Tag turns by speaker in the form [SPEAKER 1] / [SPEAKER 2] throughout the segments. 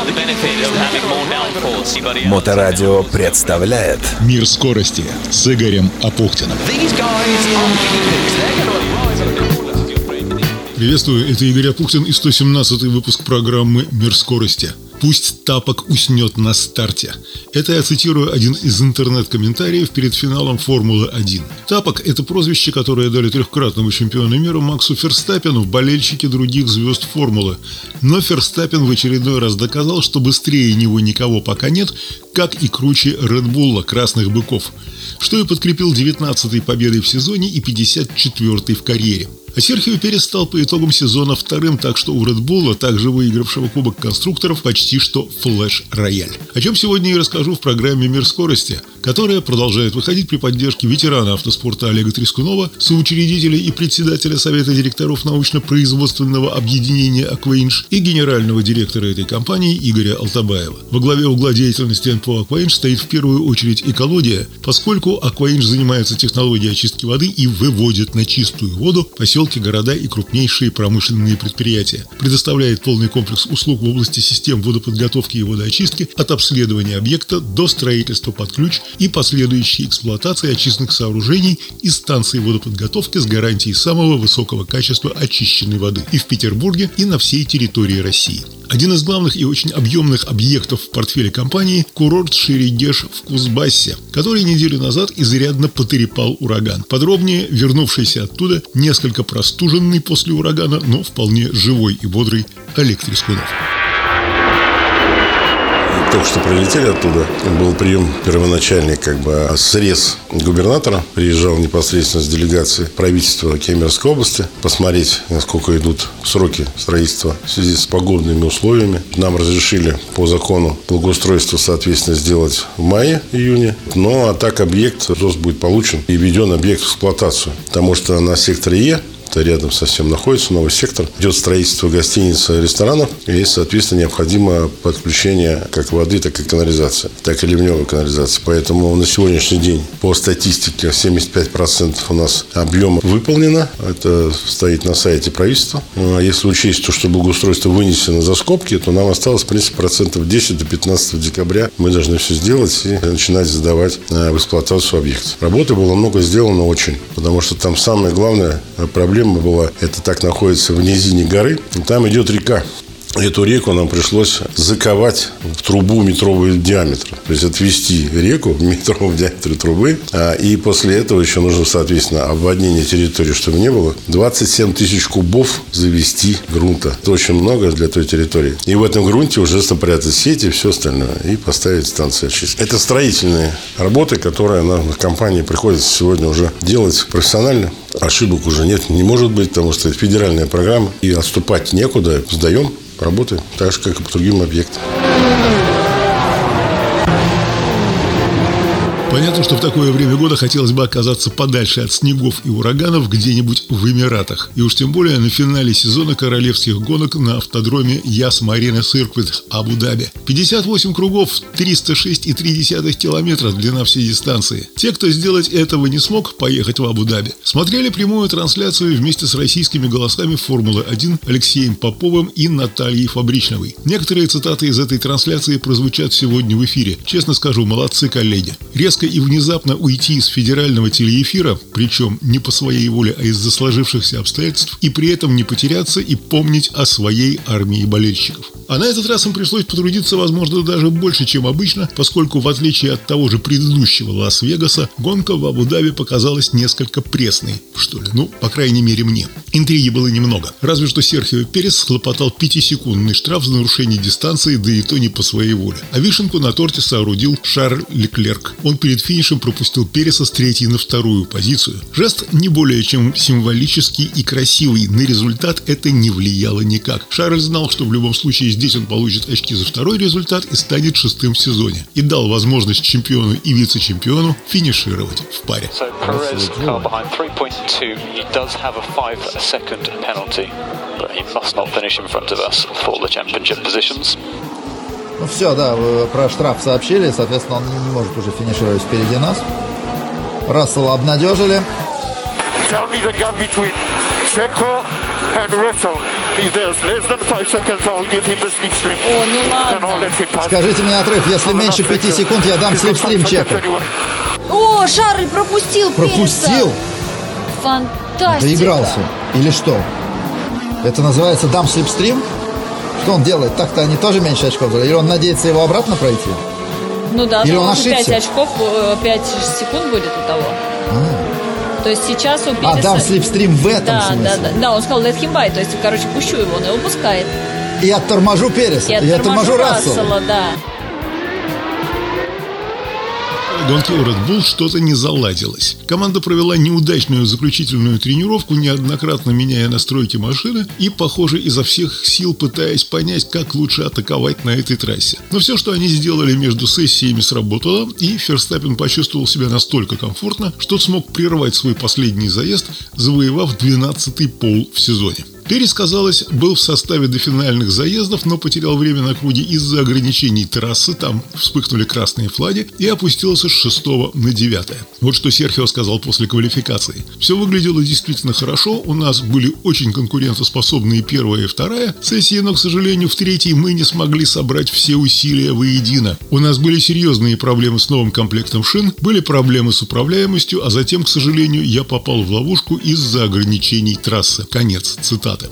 [SPEAKER 1] Моторадио представляет
[SPEAKER 2] «Мир скорости» с Игорем Апухтиным. Приветствую, это Игорь Апухтин и 117-й выпуск программы «Мир скорости». «Пусть Тапок уснет на старте». Это я цитирую один из интернет-комментариев перед финалом Формулы-1. Тапок – это прозвище, которое дали трехкратному чемпиону мира Максу Ферстаппену, болельщики других звезд Формулы. Но Ферстаппен в очередной раз доказал, что быстрее него никого пока нет, как и круче Red-Bull, красных быков, что и подкрепил 19-й победой в сезоне и 54-й в карьере. А Серхио Перес стал по итогам сезона вторым, так что у Red Bull, также выигравшего Кубок конструкторов, почти что флеш-рояль. О чем сегодня и расскажу в программе «Мир скорости», которая продолжает выходить при поддержке ветерана автоспорта Олега Трескунова, соучредителя и председателя Совета директоров научно-производственного объединения «Акваинж» и генерального директора этой компании Игоря Алтабаева. Во главе угла деятельности НПО «Акваинж» стоит в первую очередь экология, поскольку «Акваинж» занимается технологией очистки воды и выводит на чистую воду поселки, города и крупнейшие промышленные предприятия. Предоставляет полный комплекс услуг в области систем водоподготовки и водоочистки от обследования объекта до строительства под ключ и последующей эксплуатации очистных сооружений и станций водоподготовки с гарантией самого высокого качества очищенной воды и в Петербурге, и на всей территории России. Один из главных и очень объемных объектов в портфеле компании – курорт Шерегеш в Кузбассе, который неделю назад изрядно потрепал ураган. Подробнее вернувшийся оттуда, несколько простуженный после урагана, но вполне живой и бодрый Олег Трескунов.
[SPEAKER 3] Только что прилетели оттуда. Был прием первоначальный, срез губернатора. Приезжал непосредственно с делегацией правительства Кемеровской области посмотреть, насколько идут сроки строительства в связи с погодными условиями. Нам разрешили по закону благоустройство, соответственно, сделать в мае-июне. А так объект будет получен и введен объект в эксплуатацию. Потому что на секторе Е, это рядом совсем находится, новый сектор. Идет строительство гостиниц и ресторанов. И, соответственно, необходимо подключение как воды, так и канализации, так и ливневой канализации. Поэтому на сегодняшний день по статистике 75% у нас объема выполнено. Это стоит на сайте правительства. Если учесть то, что благоустройство вынесено за скобки, то нам осталось, в принципе, 10% до 15 декабря. Мы должны все сделать и начинать сдавать в эксплуатацию объект. Работы было много сделано очень, потому что там самая главная проблема была, это так находится в низине горы, и там идет река. Эту реку нам пришлось заковать в трубу метрового диаметра. То есть отвести реку в метровом диаметре трубы. И после этого еще нужно, соответственно, обводнение территории, чтобы не было. 27 тысяч кубов завести грунта. Это очень много для той территории. И в этом грунте уже спрятать сети и все остальное. И поставить станции очистки. Это строительные работы, которые нам в компании приходится сегодня уже делать профессионально. Ошибок уже нет, не может быть, потому что это федеральная программа. И отступать некуда. Сдаем. Работаем так же, как и по другим объектам.
[SPEAKER 2] Понятно, что в такое время года хотелось бы оказаться подальше от снегов и ураганов где-нибудь в Эмиратах. И уж тем более на финале сезона королевских гонок на автодроме Яс Марина Цирквит Абу-Даби. 58 кругов, 306,3 километра длина всей дистанции. Те, кто сделать этого не смог, поехать в Абу-Даби, смотрели прямую трансляцию вместе с российскими голосами Формулы-1 Алексеем Поповым и Натальей Фабричновой. Некоторые цитаты из этой трансляции прозвучат сегодня в эфире. Честно скажу, молодцы коллеги. Резко и внезапно уйти из федерального телеэфира, причем не по своей воле, а из-за сложившихся обстоятельств, и при этом не потеряться и помнить о своей армии болельщиков. А на этот раз им пришлось потрудиться, возможно, даже больше, чем обычно, поскольку, в отличие от того же предыдущего Лас-Вегаса, гонка в Абу-Даби показалась несколько пресной, что ли, по крайней мере мне. Интриги было немного. Разве что Серхио Перес схлопотал 5-секундный штраф за нарушение дистанции, да и то не по своей воле. А вишенку на торте соорудил Шарль Леклерк. Он перед финишем пропустил Переса с 3-й на 2-ю позицию. Жест не более чем символический и красивый. На результат это не влияло никак. Шарль знал, что в любом случае здесь он получит очки за второй результат и станет 6-м в сезоне. И дал возможность чемпиону и вице-чемпиону финишировать в паре.
[SPEAKER 4] Все, да, про штраф сообщили, соответственно, он не может уже финишировать впереди нас. Рассела обнадежили.
[SPEAKER 5] О, ну ладно.
[SPEAKER 4] Скажите мне отрыв, если меньше 5 секунд, я дам слепстрим чеку.
[SPEAKER 5] О, Шарль пропустил
[SPEAKER 4] Пропустил?
[SPEAKER 5] Фантастика.
[SPEAKER 4] Доигрался. Или что? Это называется дам слепстрим? Что он делает? Так-то они тоже меньше очков взяли. Или он надеется его обратно пройти?
[SPEAKER 5] Ну да,
[SPEAKER 4] или
[SPEAKER 5] но
[SPEAKER 4] он
[SPEAKER 5] уже 5
[SPEAKER 4] ошибся?
[SPEAKER 5] очков, 5 секунд будет у того. То есть сейчас у Питерса...
[SPEAKER 4] дам слепстрим в этом смысле?
[SPEAKER 5] Да, он сказал let him by, то есть, короче, пущу его, он его пускает.
[SPEAKER 4] И отторможу Переса, и отторможу Рассела.
[SPEAKER 5] Да.
[SPEAKER 2] гонке у Red Bull что-то не заладилось. Команда провела неудачную заключительную тренировку, неоднократно меняя настройки машины и, похоже, изо всех сил пытаясь понять, как лучше атаковать на этой трассе. Но все, что они сделали между сессиями, сработало, и Ферстаппен почувствовал себя настолько комфортно, что смог прервать свой последний заезд, завоевав 12-й пол в сезоне. Перес, казалось, был в составе до финальных заездов, но потерял время на круге из-за ограничений трассы, там вспыхнули красные флаги, и опустился с 6 на 9. Вот что Серхио сказал после квалификации. Все выглядело действительно хорошо, у нас были очень конкурентоспособные первая и вторая сессии, но, к сожалению, в третьей мы не смогли собрать все усилия воедино. У нас были серьезные проблемы с новым комплектом шин, были проблемы с управляемостью, а затем, к сожалению, я попал в ловушку из-за ограничений трассы. Конец цитаты.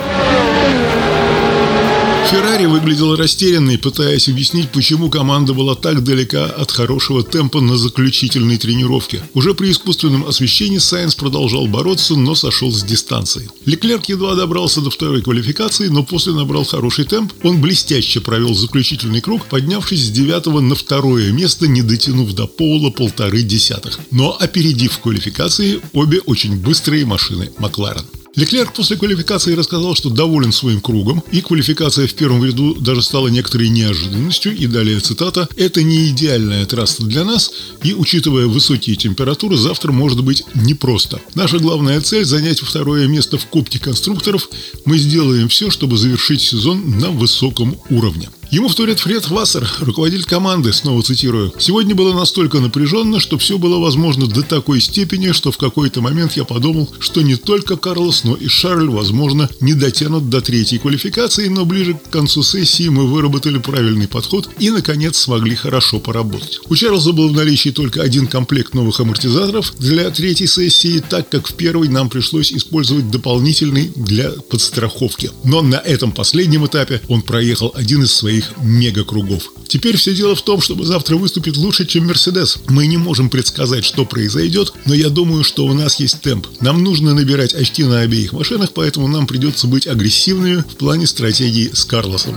[SPEAKER 2] Феррари выглядел растерянной, пытаясь объяснить, почему команда была так далека от хорошего темпа на заключительной тренировке. Уже при искусственном освещении Сайнс продолжал бороться, но сошел с дистанции. Леклерк едва добрался до второй квалификации, но после набрал хороший темп. Он блестяще провел заключительный круг, поднявшись с 9 на 2 место, не дотянув до пола 0,5. Но опередив в квалификации обе очень быстрые машины Макларен. Леклерк после квалификации рассказал, что доволен своим кругом, и квалификация в первом ряду даже стала некоторой неожиданностью, и далее цитата: «Это не идеальная трасса для нас, и, учитывая высокие температуры, завтра может быть непросто. Наша главная цель – занять 2 место в Кубке конструкторов. Мы сделаем все, чтобы завершить сезон на высоком уровне». Ему вторит Фред Вассер, руководитель команды, снова цитирую: «Сегодня было настолько напряженно, что все было возможно до такой степени, что в какой-то момент я подумал, что не только Карлос, но и Шарль, возможно, не дотянут до 3-й квалификации, но ближе к концу сессии мы выработали правильный подход и, наконец, смогли хорошо поработать. У Чарльза был в наличии только 1 комплект новых амортизаторов для 3-й сессии, так как в 1-й нам пришлось использовать дополнительный для подстраховки. Но на этом последнем этапе он проехал один из своих мега-кругов. Теперь все дело в том, чтобы завтра выступить лучше, чем Мерседес. Мы не можем предсказать, что произойдет, но я думаю, что у нас есть темп. Нам нужно набирать очки на обеих машинах, поэтому нам придется быть агрессивными в плане стратегии с Карлосом».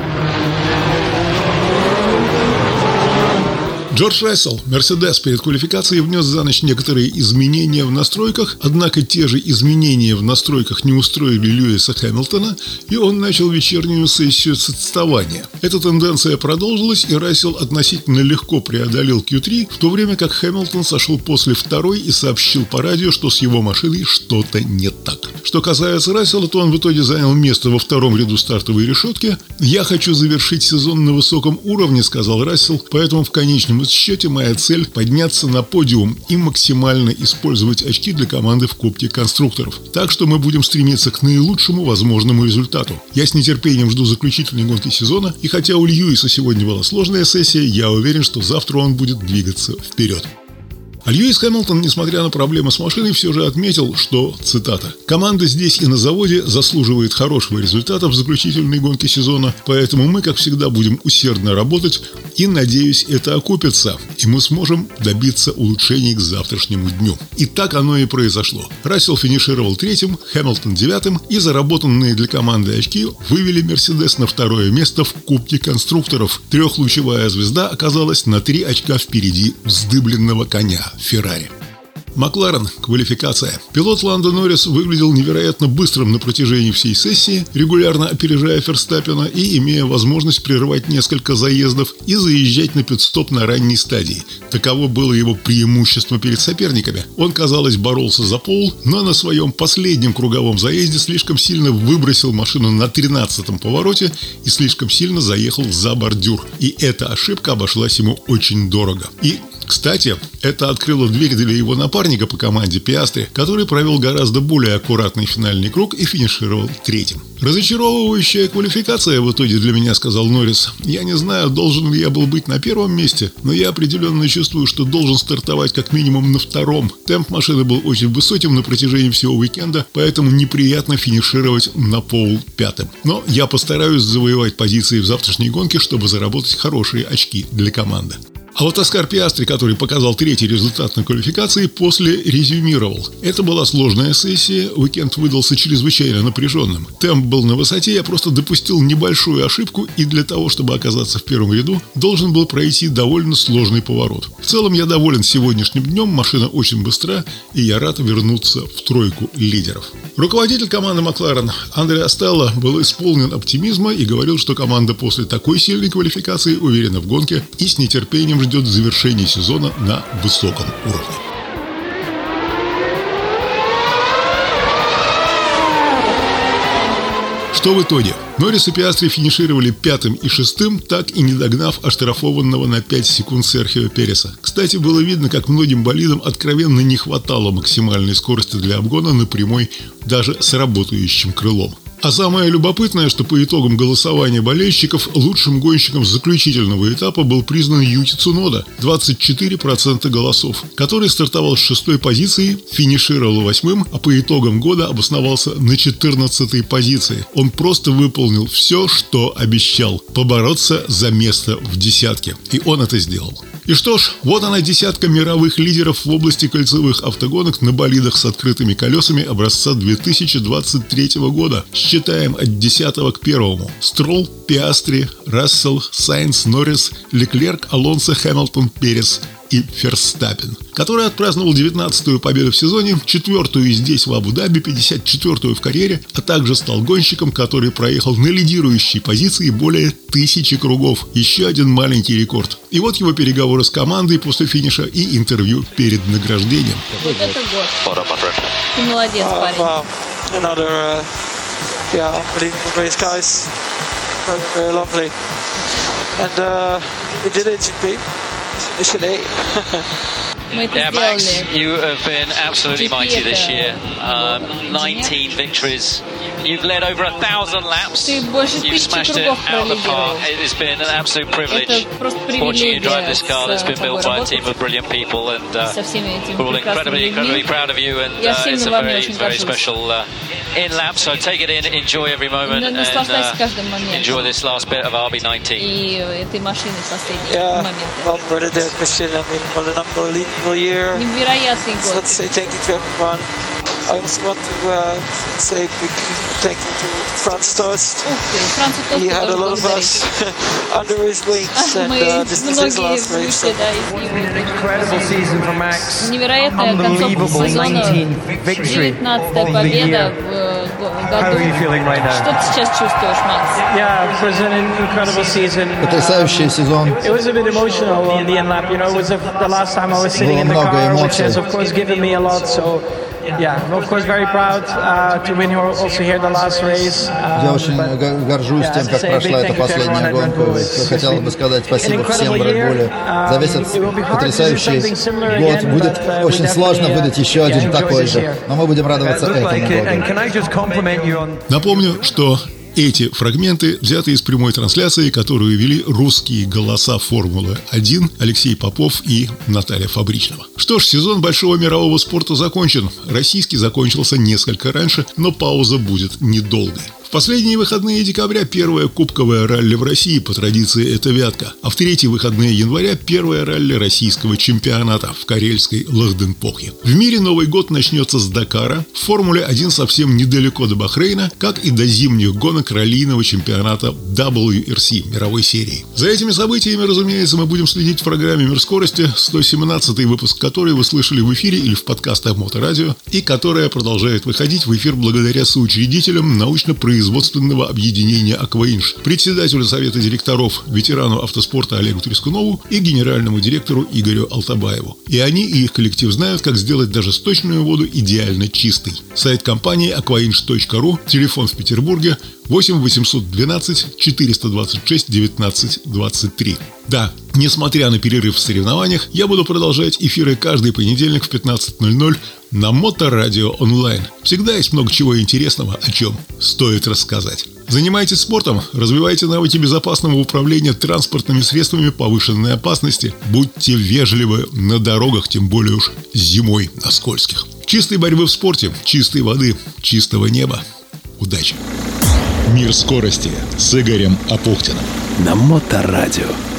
[SPEAKER 2] Джордж Рассел, Мерседес, перед квалификацией внес за ночь некоторые изменения в настройках, однако те же изменения в настройках не устроили Льюиса Хэмилтона, и он начал вечернюю сессию с отставания. Эта тенденция продолжилась, и Рассел относительно легко преодолел Q3, в то время как Хэмилтон сошел после 2-й и сообщил по радио, что с его машиной что-то не так. Что касается Рассела, то он в итоге занял место во 2-м ряду стартовой решетки. «Я хочу завершить сезон на высоком уровне», — сказал Рассел, «поэтому в конечном счете моя цель — подняться на подиум и максимально использовать очки для команды в Кубке конструкторов. Так что мы будем стремиться к наилучшему возможному результату. Я с нетерпением жду заключительной гонки сезона, и хотя у Льюиса сегодня была сложная сессия, я уверен, что завтра он будет двигаться вперед». А Льюис Хэмилтон, несмотря на проблемы с машиной, все же отметил, что, цитата: «Команда здесь и на заводе заслуживает хорошего результата в заключительной гонке сезона, поэтому мы, как всегда, будем усердно работать, и, надеюсь, это окупится, и мы сможем добиться улучшений к завтрашнему дню». И так оно и произошло. Рассел финишировал 3-м, Хэмилтон 9-м, и заработанные для команды очки вывели Мерседес на 2 место в Кубке конструкторов. Трехлучевая звезда оказалась на 3 очка впереди вздыбленного коня Феррари. Макларен. Квалификация. Пилот Ландо Норрис выглядел невероятно быстрым на протяжении всей сессии, регулярно опережая Ферстаппена и имея возможность прерывать несколько заездов и заезжать на пит-стоп на ранней стадии. Таково было его преимущество перед соперниками. Он, казалось, боролся за пол, но на своем последнем круговом заезде слишком сильно выбросил машину на 13-м повороте и слишком сильно заехал за бордюр. И эта ошибка обошлась ему очень дорого. И Кстати, это открыло дверь для его напарника по команде Пиастри, который провел гораздо более аккуратный финальный круг и финишировал третьим. Разочаровывающая квалификация в итоге для меня, сказал Норрис. Я не знаю, должен ли я был быть на первом месте, но я определенно чувствую, что должен стартовать как минимум на втором. Темп машины был очень высоким на протяжении всего уикенда, поэтому неприятно финишировать на пол пятым. Но я постараюсь завоевать позиции в завтрашней гонке, чтобы заработать хорошие очки для команды. А вот Оскар Пиастри, который показал третий результат на квалификации, после резюмировал. Это была сложная сессия, уикенд выдался чрезвычайно напряженным. Темп был на высоте, я просто допустил небольшую ошибку и для того, чтобы оказаться в первом ряду, должен был пройти довольно сложный поворот. В целом я доволен сегодняшним днем, машина очень быстра, и я рад вернуться в тройку лидеров. Руководитель команды Макларен Андреа Стелла был исполнен оптимизма и говорил, что команда после такой сильной квалификации уверена в гонке и с нетерпением ждет завершения сезона на высоком уровне. Что в итоге? Норрис и Пиастри финишировали пятым и шестым, так и не догнав оштрафованного на 5 секунд Серхио Переса. Кстати, было видно, как многим болидам откровенно не хватало максимальной скорости для обгона на прямой даже с работающим крылом. А самое любопытное, что по итогам голосования болельщиков лучшим гонщиком заключительного этапа был признан Юки Цунода, 24% голосов, который стартовал с 6-й позиции, финишировал 8-м, а по итогам года обосновался на 14-й позиции. Он просто выполнил все, что обещал – побороться за место в десятке. И он это сделал. И что ж, вот она десятка мировых лидеров в области кольцевых автогонок на болидах с открытыми колесами образца 2023 года. Считаем от 10 к 1. Стролл, Пиастри, Рассел, Сайнс, Норрис, Леклерк, Алонсо, Хэмилтон, Перес и Ферстаппен, который отпраздновал 19-ю победу в сезоне, 4-ю здесь в Абу-Даби, 54-ю в карьере, а также стал гонщиком, который проехал на лидирующей позиции более 1000 кругов. Еще один маленький рекорд. И вот его переговоры с командой после финиша и интервью перед награждением.
[SPEAKER 5] Вот это год. Ты молодец, парень.
[SPEAKER 6] Unbelievable race, guys. Very lovely. And we did it, GP. Mission 8.
[SPEAKER 7] Yeah, Max, you have been absolutely mighty this year. 19 victories. You've led over 1,000 laps. You've smashed it out of the park. It has been an absolute privilege watching you drive this car that's been built by a team of brilliant people, and we're all incredibly proud of you. And it's a very special in-lap. So take it in, enjoy every moment, and enjoy this last bit of RB19.
[SPEAKER 6] Yeah, well, brother, Christian. I mean, what an unbelievable year. Let's say thank you to everyone. I also want to say a big thank you to Franz Tost. He had a lot of us under his wings, and this is his last race.
[SPEAKER 8] Incredible season for Max.
[SPEAKER 5] Невероятная концовка сезона, 19-я победа в году.
[SPEAKER 8] How are you feeling right now?
[SPEAKER 5] Что ты сейчас чувствуешь, Макс?
[SPEAKER 8] Yeah, it was an incredible season.
[SPEAKER 4] Потрясающий сезон.
[SPEAKER 8] It was a bit emotional on the end lap. You know, it was the last time I was sitting in the car, which has of course given me a lot. So. Yeah, of course, very proud to win also here the last race.
[SPEAKER 4] Я очень горжусь тем, как прошла эта последняя гонка. Хотел бы сказать спасибо всем в Red Bull за весь этот потрясающий год. Будет очень сложно выдать еще один такой же, но мы будем радоваться этому году.
[SPEAKER 2] Напомню, что эти фрагменты взяты из прямой трансляции, которую вели русские голоса Формулы-1 Алексей Попов и Наталья Фабричного. Что ж, сезон большого мирового спорта закончен. Российский закончился несколько раньше, но пауза будет недолгой. В последние выходные декабря первое кубковое ралли в России, по традиции это Вятка, а в третьи выходные января первое ралли российского чемпионата в карельской Лахденпохе. В мире Новый год начнется с Дакара, в Формуле-1 совсем недалеко до Бахрейна, как и до зимних гонок раллийного чемпионата WRC мировой серии. За этими событиями, разумеется, мы будем следить в программе «Мир скорости», 117-й выпуск которой вы слышали в эфире или в подкастах Моторадио, и которая продолжает выходить в эфир благодаря соучредителям научно-производственного объединения «Акваинж», председателю совета директоров, ветерану автоспорта Олегу Трескунову и генеральному директору Игорю Алтабаеву. И они, и их коллектив знают, как сделать даже сточную воду идеально чистой. Сайт компании aquainge.ru, телефон в Петербурге 8 812 426 19 23. Да, несмотря на перерыв в соревнованиях, я буду продолжать эфиры каждый понедельник в 15:00 на Моторадио онлайн. Всегда есть много чего интересного, о чем стоит рассказать. Занимайтесь спортом, развивайте навыки безопасного управления транспортными средствами повышенной опасности. Будьте вежливы на дорогах, тем более уж зимой на скользких. Чистой борьбы в спорте, чистой воды, чистого неба. Удачи!
[SPEAKER 1] Мир скорости с Игорем Апухтиным на Моторадио.